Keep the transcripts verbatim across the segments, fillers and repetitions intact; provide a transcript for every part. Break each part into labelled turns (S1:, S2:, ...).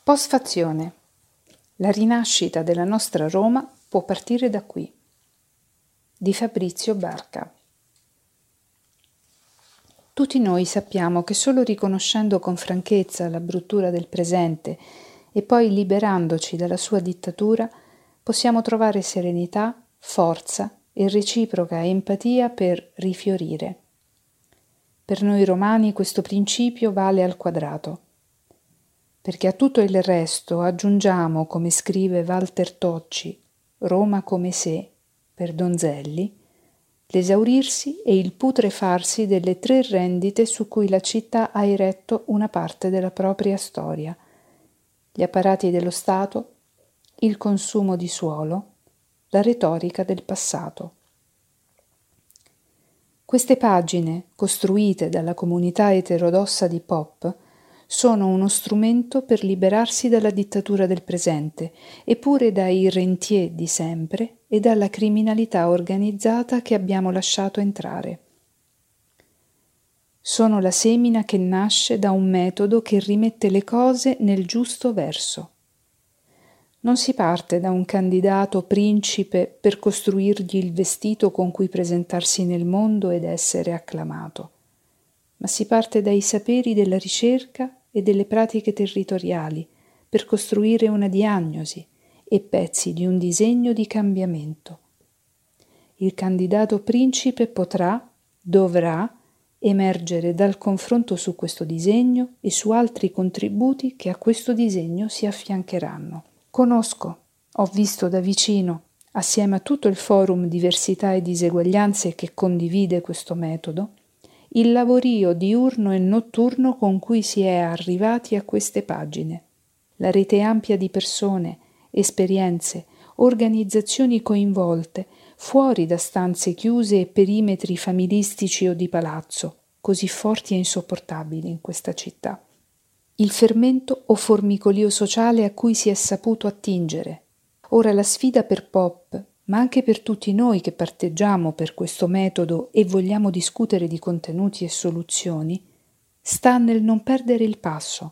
S1: Postfazione. La rinascita della nostra Roma può partire da qui. Di Fabrizio Barca. Tutti noi sappiamo che solo riconoscendo con franchezza la bruttura del presente e poi liberandoci dalla sua dittatura possiamo trovare serenità, forza e reciproca empatia per rifiorire. Per noi romani questo principio vale al quadrato, perché a tutto il resto aggiungiamo, come scrive Walter Tocci, Roma come sé, per Donzelli, l'esaurirsi e il putrefarsi delle tre rendite su cui la città ha eretto una parte della propria storia: gli apparati dello Stato, il consumo di suolo, la retorica del passato. Queste pagine, costruite dalla comunità eterodossa di Pop, sono uno strumento per liberarsi dalla dittatura del presente, eppure dai rentier di sempre e dalla criminalità organizzata che abbiamo lasciato entrare. Sono la semina che nasce da un metodo che rimette le cose nel giusto verso. Non si parte da un candidato principe per costruirgli il vestito con cui presentarsi nel mondo ed essere acclamato, ma si parte dai saperi della ricerca e delle pratiche territoriali per costruire una diagnosi e pezzi di un disegno di cambiamento. Il candidato principe potrà, dovrà emergere dal confronto su questo disegno e su altri contributi che a questo disegno si affiancheranno. Conosco, ho visto da vicino, assieme a tutto il forum Diversità e Diseguaglianze che condivide questo metodo, il lavorio diurno e notturno con cui si è arrivati a queste pagine, la rete ampia di persone, esperienze, organizzazioni coinvolte, fuori da stanze chiuse e perimetri familistici o di palazzo, così forti e insopportabili in questa città. Il fermento o formicolio sociale a cui si è saputo attingere. Ora la sfida per Pop, ma anche per tutti noi che parteggiamo per questo metodo e vogliamo discutere di contenuti e soluzioni, sta nel non perdere il passo,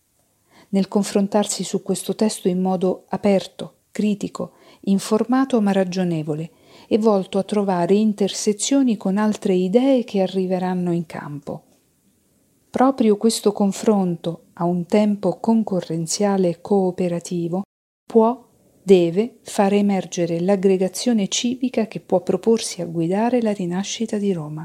S1: nel confrontarsi su questo testo in modo aperto, critico, informato ma ragionevole e volto a trovare intersezioni con altre idee che arriveranno in campo. Proprio questo confronto, a un tempo concorrenziale e cooperativo, può deve fare emergere l'aggregazione civica che può proporsi a guidare la rinascita di Roma.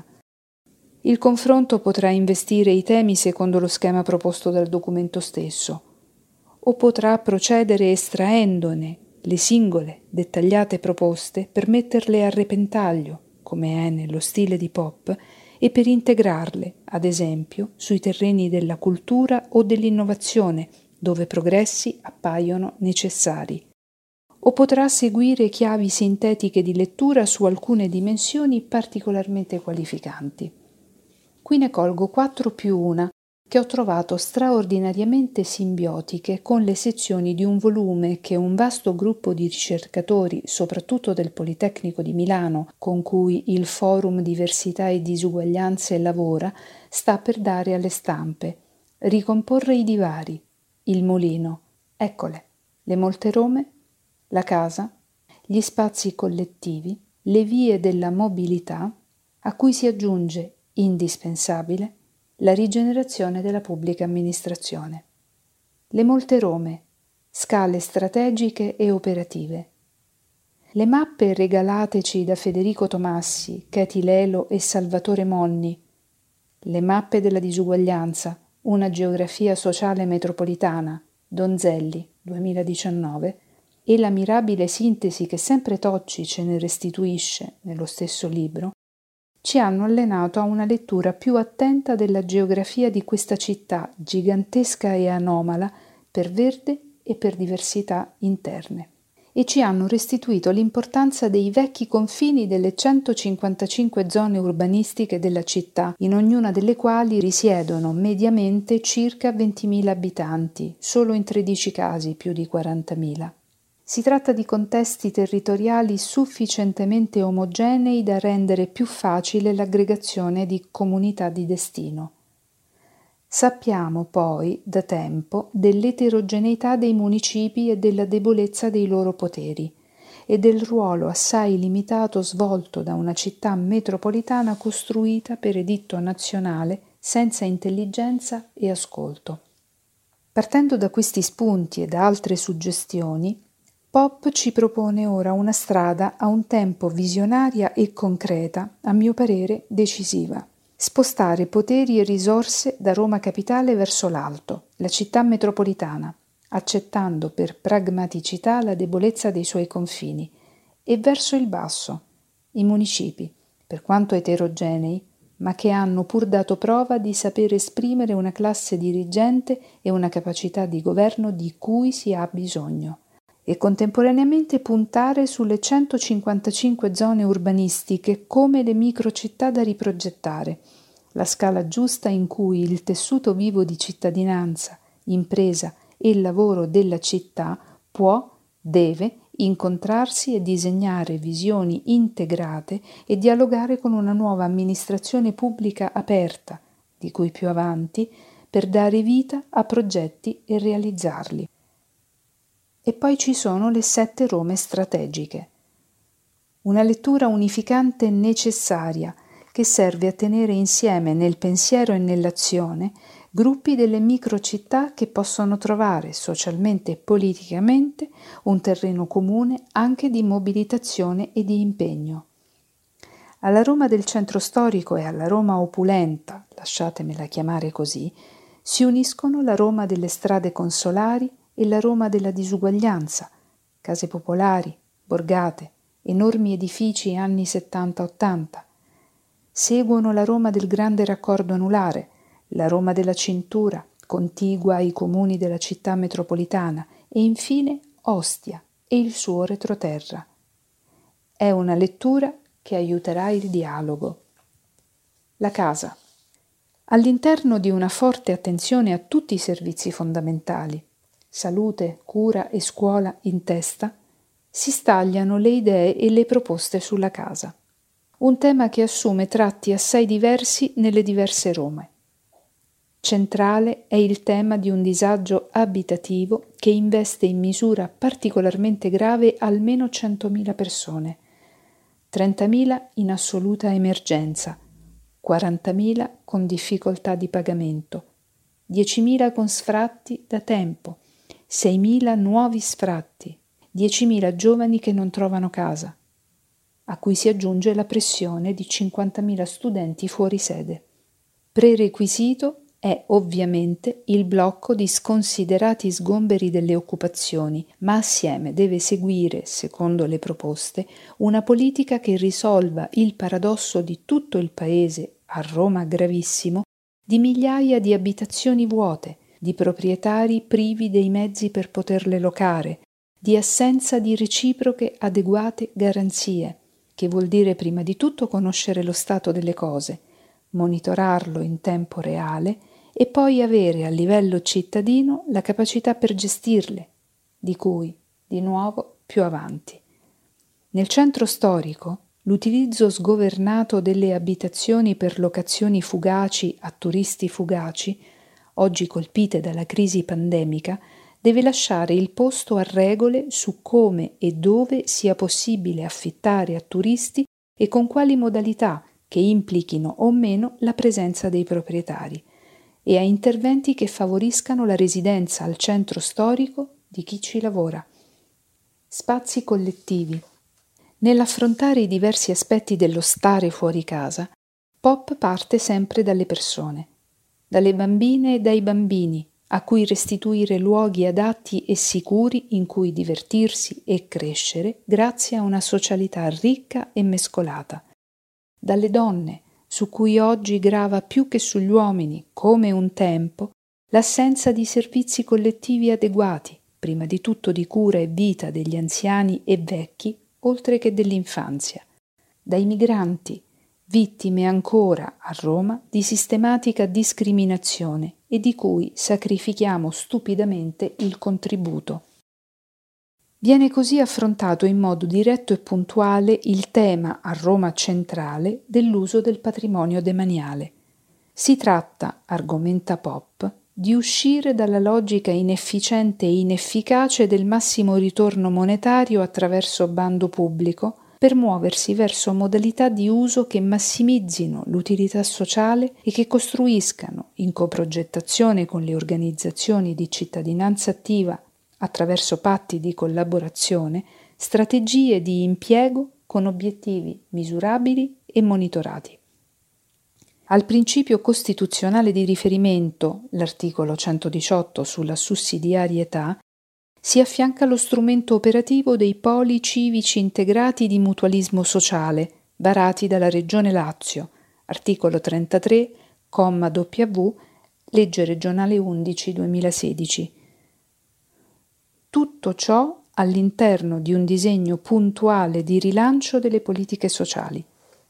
S1: Il confronto potrà investire i temi secondo lo schema proposto dal documento stesso, o potrà procedere estraendone le singole, dettagliate proposte per metterle a repentaglio, come è nello stile di Pop, e per integrarle, ad esempio, sui terreni della cultura o dell'innovazione, dove progressi appaiono necessari. O potrà seguire chiavi sintetiche di lettura su alcune dimensioni particolarmente qualificanti. Qui ne colgo quattro più una che ho trovato straordinariamente simbiotiche con le sezioni di un volume che un vasto gruppo di ricercatori, soprattutto del Politecnico di Milano, con cui il Forum Diversità e Disuguaglianze lavora, sta per dare alle stampe. Ricomporre i divari, il mulino, eccole, le molte Rome, la casa, gli spazi collettivi, le vie della mobilità, a cui si aggiunge, indispensabile, la rigenerazione della pubblica amministrazione. Le molte Rome, scale strategiche e operative. Le mappe regalateci da Federico Tomassi, Katy Lelo e Salvatore Monni. Le mappe della disuguaglianza, una geografia sociale metropolitana, Donzelli, duemiladiciannove, e la mirabile sintesi che sempre Tocci ce ne restituisce nello stesso libro, ci hanno allenato a una lettura più attenta della geografia di questa città gigantesca e anomala per verde e per diversità interne, e ci hanno restituito l'importanza dei vecchi confini delle centocinquantacinque zone urbanistiche della città, in ognuna delle quali risiedono mediamente circa ventimila abitanti, solo in tredici casi più di quarantamila. Si tratta di contesti territoriali sufficientemente omogenei da rendere più facile l'aggregazione di comunità di destino. Sappiamo poi da tempo dell'eterogeneità dei municipi e della debolezza dei loro poteri e del ruolo assai limitato svolto da una città metropolitana costruita per editto nazionale senza intelligenza e ascolto. Partendo da questi spunti e da altre suggestioni, Pop ci propone ora una strada a un tempo visionaria e concreta, a mio parere decisiva. Spostare poteri e risorse da Roma capitale verso l'alto, la città metropolitana, accettando per pragmaticità la debolezza dei suoi confini, e verso il basso, i municipi, per quanto eterogenei, ma che hanno pur dato prova di saper esprimere una classe dirigente e una capacità di governo di cui si ha bisogno, e contemporaneamente puntare sulle centocinquantacinque zone urbanistiche come le microcittà da riprogettare, la scala giusta in cui il tessuto vivo di cittadinanza, impresa e lavoro della città può, deve incontrarsi e disegnare visioni integrate e dialogare con una nuova amministrazione pubblica aperta, di cui più avanti, per dare vita a progetti e realizzarli. E poi ci sono le sette Rome strategiche. Una lettura unificante necessaria che serve a tenere insieme nel pensiero e nell'azione gruppi delle microcittà che possono trovare socialmente e politicamente un terreno comune anche di mobilitazione e di impegno. Alla Roma del centro storico e alla Roma opulenta, lasciatemela chiamare così, si uniscono la Roma delle strade consolari e la Roma della disuguaglianza, case popolari, borgate, enormi edifici anni settanta ottanta. Seguono la Roma del grande raccordo anulare, la Roma della cintura, contigua ai comuni della città metropolitana, e infine Ostia e il suo retroterra. È una lettura che aiuterà il dialogo. La casa. All'interno di una forte attenzione a tutti i servizi fondamentali, salute, cura e scuola in testa, si stagliano le idee e le proposte sulla casa. Un tema che assume tratti assai diversi nelle diverse Rome. Centrale è il tema di un disagio abitativo che investe in misura particolarmente grave almeno centomila persone, trentamila in assoluta emergenza, quarantamila con difficoltà di pagamento, diecimila con sfratti da tempo, seimila nuovi sfratti, diecimila giovani che non trovano casa, a cui si aggiunge la pressione di cinquantamila studenti fuori sede. Prerequisito è ovviamente il blocco di sconsiderati sgomberi delle occupazioni, ma assieme deve seguire, secondo le proposte, una politica che risolva il paradosso di tutto il paese, a Roma gravissimo, di migliaia di abitazioni vuote, di proprietari privi dei mezzi per poterle locare, di assenza di reciproche adeguate garanzie, che vuol dire prima di tutto conoscere lo stato delle cose, monitorarlo in tempo reale e poi avere a livello cittadino la capacità per gestirle, di cui, di nuovo, più avanti. Nel centro storico, l'utilizzo sgovernato delle abitazioni per locazioni fugaci a turisti fugaci, oggi colpite dalla crisi pandemica, deve lasciare il posto a regole su come e dove sia possibile affittare a turisti e con quali modalità che implichino o meno la presenza dei proprietari, e a interventi che favoriscano la residenza al centro storico di chi ci lavora. Spazi collettivi. Nell'affrontare i diversi aspetti dello stare fuori casa, Pop parte sempre dalle persone, dalle bambine e dai bambini, a cui restituire luoghi adatti e sicuri in cui divertirsi e crescere grazie a una socialità ricca e mescolata, dalle donne, su cui oggi grava più che sugli uomini, come un tempo, l'assenza di servizi collettivi adeguati, prima di tutto di cura e vita degli anziani e vecchi, oltre che dell'infanzia, dai migranti, vittime ancora a Roma di sistematica discriminazione e di cui sacrifichiamo stupidamente il contributo. Viene così affrontato in modo diretto e puntuale il tema a Roma centrale dell'uso del patrimonio demaniale. Si tratta, argomenta Pop, di uscire dalla logica inefficiente e inefficace del massimo ritorno monetario attraverso bando pubblico per muoversi verso modalità di uso che massimizzino l'utilità sociale e che costruiscano, in coprogettazione con le organizzazioni di cittadinanza attiva attraverso patti di collaborazione, strategie di impiego con obiettivi misurabili e monitorati. Al principio costituzionale di riferimento, l'articolo centodiciotto sulla sussidiarietà, si affianca lo strumento operativo dei poli civici integrati di mutualismo sociale, varati dalla Regione Lazio, articolo trentatré, comma W, legge regionale undici duemilasedici. Tutto ciò all'interno di un disegno puntuale di rilancio delle politiche sociali.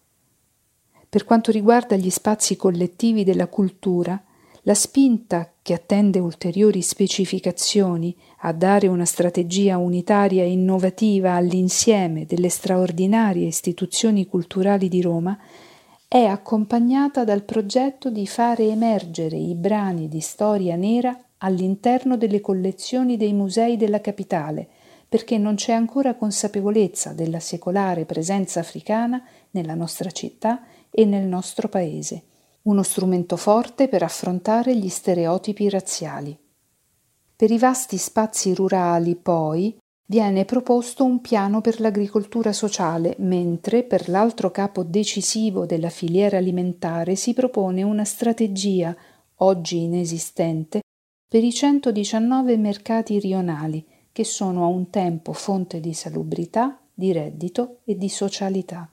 S1: Per quanto riguarda gli spazi collettivi della cultura, la spinta che attende ulteriori specificazioni a dare una strategia unitaria e innovativa all'insieme delle straordinarie istituzioni culturali di Roma è accompagnata dal progetto di fare emergere i brani di storia nera all'interno delle collezioni dei musei della capitale, perché non c'è ancora consapevolezza della secolare presenza africana nella nostra città e nel nostro paese, uno strumento forte per affrontare gli stereotipi razziali. Per i vasti spazi rurali, poi, viene proposto un piano per l'agricoltura sociale, mentre per l'altro capo decisivo della filiera alimentare si propone una strategia, oggi inesistente, per i centodiciannove mercati rionali, che sono a un tempo fonte di salubrità, di reddito e di socialità.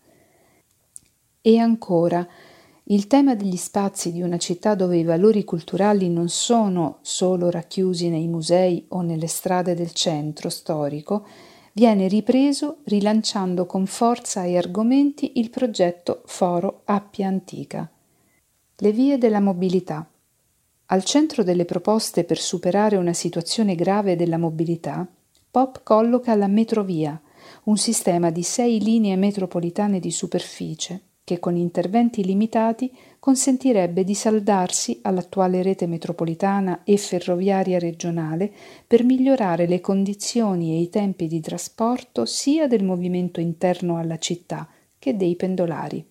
S1: E ancora, il tema degli spazi di una città dove i valori culturali non sono solo racchiusi nei musei o nelle strade del centro storico, viene ripreso rilanciando con forza e argomenti il progetto Foro Appia Antica. Le vie della mobilità. Al centro delle proposte per superare una situazione grave della mobilità, Pop colloca la Metrovia, un sistema di sei linee metropolitane di superficie che con interventi limitati consentirebbe di saldarsi all'attuale rete metropolitana e ferroviaria regionale per migliorare le condizioni e i tempi di trasporto sia del movimento interno alla città che dei pendolari.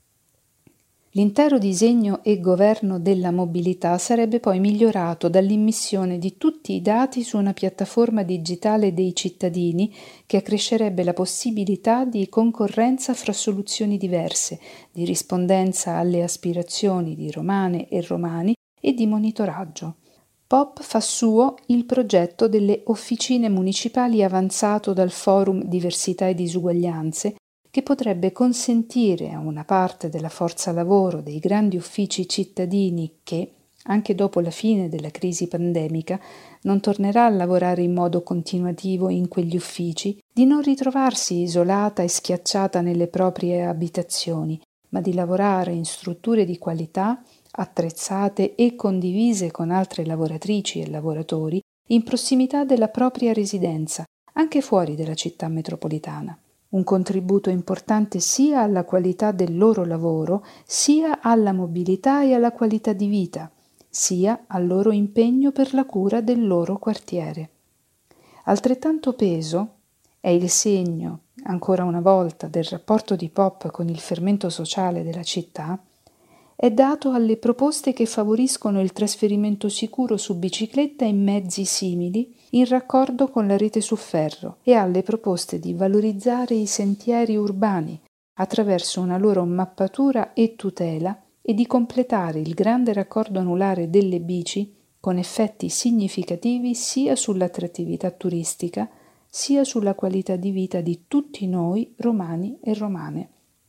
S1: L'intero disegno e governo della mobilità sarebbe poi migliorato dall'immissione di tutti i dati su una piattaforma digitale dei cittadini che accrescerebbe la possibilità di concorrenza fra soluzioni diverse, di rispondenza alle aspirazioni di romane e romani e di monitoraggio. Pop fa suo il progetto delle officine municipali avanzato dal Forum Diversità e Disuguaglianze, che potrebbe consentire a una parte della forza lavoro dei grandi uffici cittadini che, anche dopo la fine della crisi pandemica, non tornerà a lavorare in modo continuativo in quegli uffici, di non ritrovarsi isolata e schiacciata nelle proprie abitazioni, ma di lavorare in strutture di qualità, attrezzate e condivise con altre lavoratrici e lavoratori in prossimità della propria residenza, anche fuori della città metropolitana. Un contributo importante sia alla qualità del loro lavoro, sia alla mobilità e alla qualità di vita, sia al loro impegno per la cura del loro quartiere. Altrettanto peso è il segno, ancora una volta, del rapporto di Pop con il fermento sociale della città, è dato alle proposte che favoriscono il trasferimento sicuro su bicicletta in mezzi simili in raccordo con la rete su ferro e alle proposte di valorizzare i sentieri urbani attraverso una loro mappatura e tutela e di completare il grande raccordo anulare delle bici con effetti significativi sia sull'attrattività turistica sia sulla qualità di vita di tutti noi romani e romane.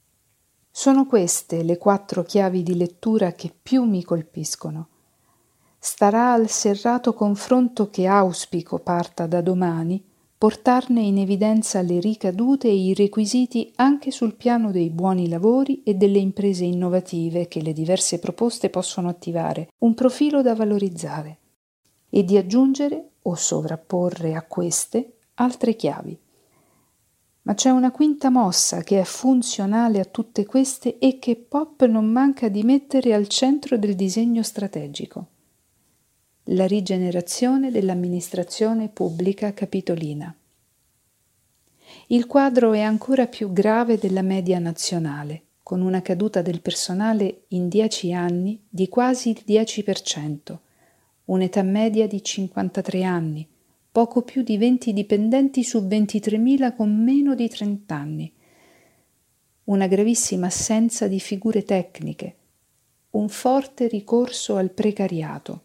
S1: Sono queste le quattro chiavi di lettura che più mi colpiscono. Starà al serrato confronto che auspico parta da domani portarne in evidenza le ricadute e i requisiti anche sul piano dei buoni lavori e delle imprese innovative che le diverse proposte possono attivare, un profilo da valorizzare, e di aggiungere o sovrapporre a queste altre chiavi. Ma c'è una quinta mossa che è funzionale a tutte queste e che Pop non manca di mettere al centro del disegno strategico: la rigenerazione dell'amministrazione pubblica capitolina. Il quadro è ancora più grave della media nazionale, con una caduta del personale in dieci anni di quasi il dieci per cento, un'età media di cinquantatré anni, poco più di venti dipendenti su ventitremila con meno di trenta anni, una gravissima assenza di figure tecniche, un forte ricorso al precariato.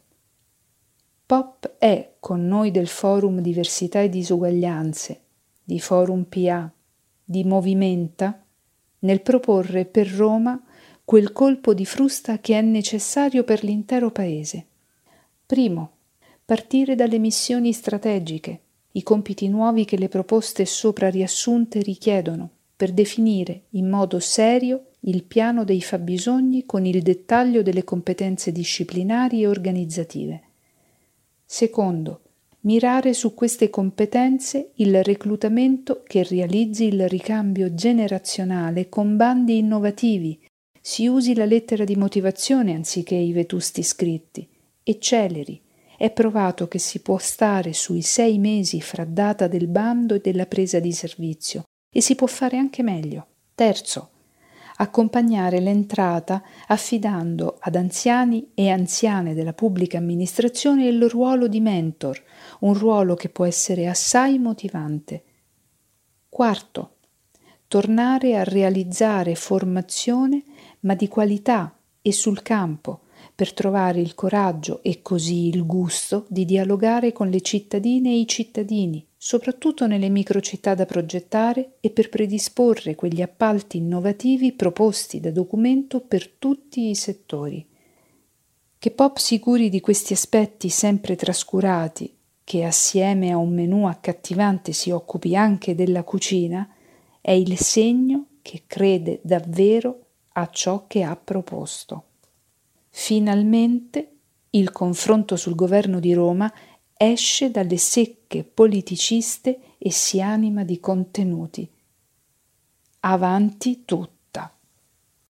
S1: Pop è, con noi del Forum Diversità e Disuguaglianze, di Forum P A, di Movimenta, nel proporre per Roma quel colpo di frusta che è necessario per l'intero Paese. Primo, partire dalle missioni strategiche, i compiti nuovi che le proposte sopra riassunte richiedono, per definire in modo serio il piano dei fabbisogni con il dettaglio delle competenze disciplinari e organizzative. Secondo, mirare su queste competenze il reclutamento che realizzi il ricambio generazionale con bandi innovativi, si usi la lettera di motivazione anziché i vetusti scritti, e celeri. È provato che si può stare sui sei mesi fra data del bando e della presa di servizio, e si può fare anche meglio. Terzo, accompagnare l'entrata affidando ad anziani e anziane della pubblica amministrazione il ruolo di mentor, un ruolo che può essere assai motivante. Quarto, tornare a realizzare formazione, ma di qualità e sul campo, per trovare il coraggio e così il gusto di dialogare con le cittadine e i cittadini, soprattutto nelle microcittà da progettare, e per predisporre quegli appalti innovativi proposti da documento per tutti i settori. Che Pop si curi di questi aspetti sempre trascurati, che assieme a un menù accattivante si occupi anche della cucina, è il segno che crede davvero a ciò che ha proposto. Finalmente il confronto sul governo di Roma esce dalle secche politiciste e si anima di contenuti. Avanti tutti.